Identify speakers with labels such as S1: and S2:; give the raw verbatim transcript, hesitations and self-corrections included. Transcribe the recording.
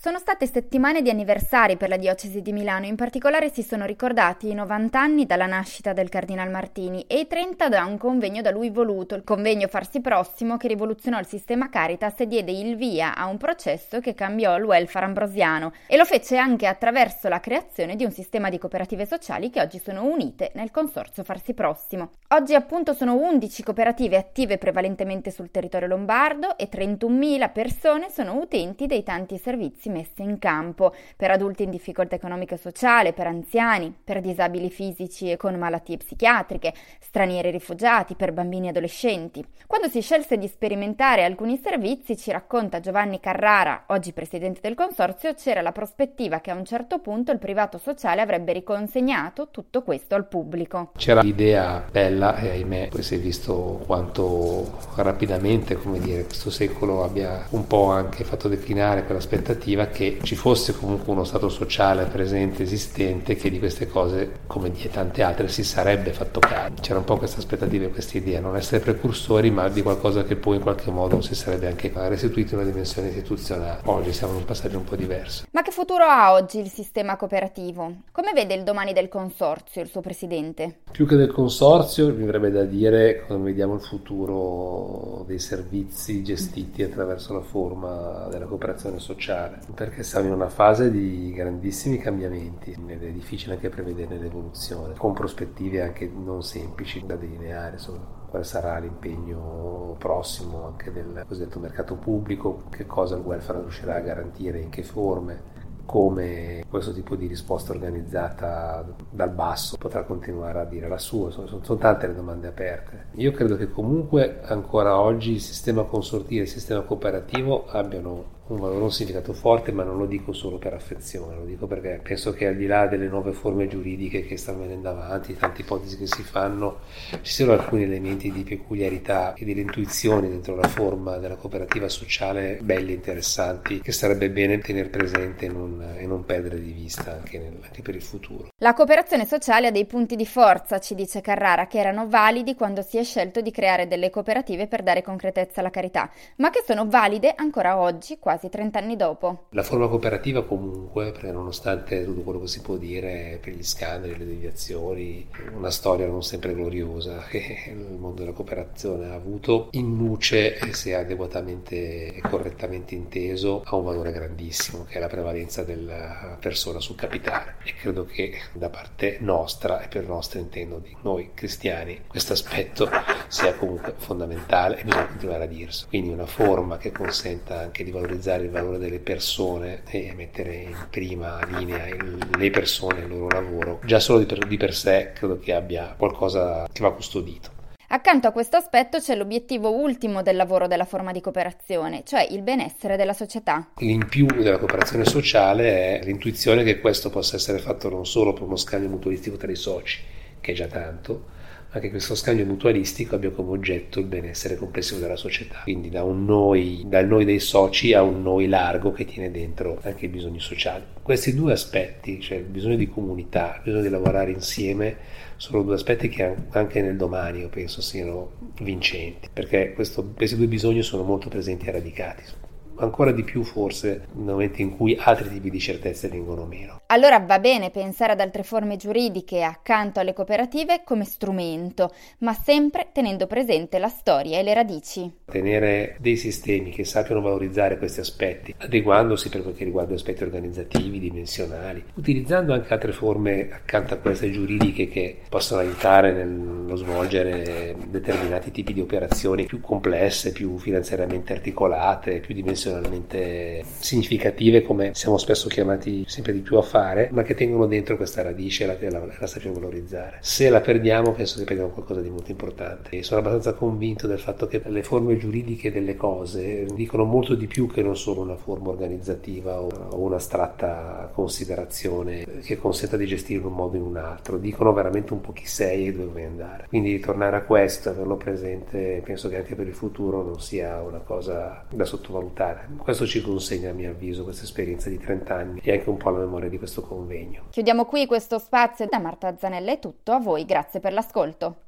S1: Sono state settimane di anniversari per la diocesi di Milano, in particolare si sono ricordati i novanta anni dalla nascita del Cardinal Martini e i trenta da un convegno da lui voluto, il convegno Farsi Prossimo, che rivoluzionò il sistema Caritas e diede il via a un processo che cambiò il welfare ambrosiano, e lo fece anche attraverso la creazione di un sistema di cooperative sociali che oggi sono unite nel consorzio Farsi Prossimo. Oggi appunto sono undici cooperative attive prevalentemente sul territorio lombardo e trentunomila persone sono utenti dei tanti servizi messe in campo per adulti in difficoltà economica e sociale, per anziani, per disabili fisici e con malattie psichiatriche, stranieri rifugiati, per bambini e adolescenti. Quando si scelse di sperimentare alcuni servizi, ci racconta Giovanni Carrara, oggi presidente del consorzio, c'era la prospettiva che a un certo punto il privato sociale avrebbe riconsegnato tutto questo al pubblico.
S2: C'era l'idea bella e ahimè poi si è visto quanto rapidamente, come dire, questo secolo abbia un po' anche fatto declinare quell'aspettativa che ci fosse comunque uno stato sociale presente, esistente, che di queste cose, come di tante altre, si sarebbe fatto carico. C'era un po' questa aspettativa e questa idea, non essere precursori, ma di qualcosa che poi in qualche modo si sarebbe anche restituito in una dimensione istituzionale. Oggi siamo in un passaggio un po' diverso.
S1: Ma che futuro ha oggi il sistema cooperativo? Come vede il domani del consorzio, il suo presidente?
S2: Più che del consorzio, mi verrebbe da dire come vediamo il futuro dei servizi gestiti attraverso la forma della cooperazione sociale. Perché siamo in una fase di grandissimi cambiamenti ed è difficile anche prevederne l'evoluzione, con prospettive anche non semplici da delineare, insomma, quale sarà l'impegno prossimo anche del cosiddetto mercato pubblico, che cosa il welfare riuscirà a garantire, in che forme, come questo tipo di risposta organizzata dal basso potrà continuare a dire la sua. Sono, sono tante le domande aperte. Io credo che comunque ancora oggi il sistema consortile e il sistema cooperativo abbiano un valore, un significato forte, ma non lo dico solo per affezione, lo dico perché penso che al di là delle nuove forme giuridiche che stanno venendo avanti, tante ipotesi che si fanno, ci siano alcuni elementi di peculiarità e delle intuizioni dentro la forma della cooperativa sociale belli, interessanti, che sarebbe bene tenere presente e non, e non perdere di vista anche, nel, anche per il futuro.
S1: La cooperazione sociale ha dei punti di forza, ci dice Carrara, che erano validi quando si è scelto di creare delle cooperative per dare concretezza alla carità, ma che sono valide ancora oggi, quasi trenta anni dopo.
S2: La forma cooperativa comunque, perché nonostante tutto quello che si può dire per gli scandali, le deviazioni, una storia non sempre gloriosa che il mondo della cooperazione ha avuto, in nuce, se adeguatamente e correttamente inteso, ha un valore grandissimo, che è la prevalenza della persona sul capitale, e credo che da parte nostra, e per nostra intendo di noi cristiani, questo aspetto sia comunque fondamentale e bisogna continuare a dirsi. Quindi una forma che consenta anche di valorizzare il valore delle persone e mettere in prima linea il, le persone e il loro lavoro, già solo di per, di per sé credo che abbia qualcosa che va custodito.
S1: Accanto a questo aspetto c'è l'obiettivo ultimo del lavoro della forma di cooperazione, cioè il benessere della società.
S2: In più della cooperazione sociale è l'intuizione che questo possa essere fatto non solo per uno scambio mutualistico tra i soci, che è già tanto, ma che questo scambio mutualistico abbia come oggetto il benessere complessivo della società, quindi da un noi, dal noi dei soci a un noi largo che tiene dentro anche i bisogni sociali. Questi due aspetti, cioè il bisogno di comunità, il bisogno di lavorare insieme, sono due aspetti che anche nel domani io penso siano vincenti, perché questo, questi due bisogni sono molto presenti e radicati, ancora di più forse nel momento in cui altri tipi di certezze vengono meno.
S1: Allora va bene pensare ad altre forme giuridiche accanto alle cooperative come strumento, ma sempre tenendo presente la storia e le radici.
S2: Tenere dei sistemi che sappiano valorizzare questi aspetti, adeguandosi per quel che riguarda aspetti organizzativi, dimensionali, utilizzando anche altre forme accanto a queste giuridiche che possono aiutare nello svolgere determinati tipi di operazioni più complesse, più finanziariamente articolate, più dimensionalmente significative, come siamo spesso chiamati sempre di più a fare, ma che tengono dentro questa radice e la, la, la sappiamo valorizzare. Se la perdiamo, penso che perdiamo qualcosa di molto importante, e sono abbastanza convinto del fatto che le forme giuridiche delle cose dicono molto di più che non solo una forma organizzativa o un'astratta considerazione che consenta di gestire in un modo o in un altro, dicono veramente un po' chi sei e dove vuoi andare. Quindi ritornare a questo, averlo presente, penso che anche per il futuro non sia una cosa da sottovalutare. Questo ci consegna, a mio avviso, questa esperienza di trenta anni e anche un po' la memoria di questo convegno.
S1: Chiudiamo qui questo spazio. Da Marta Zanella è tutto, a voi grazie per l'ascolto.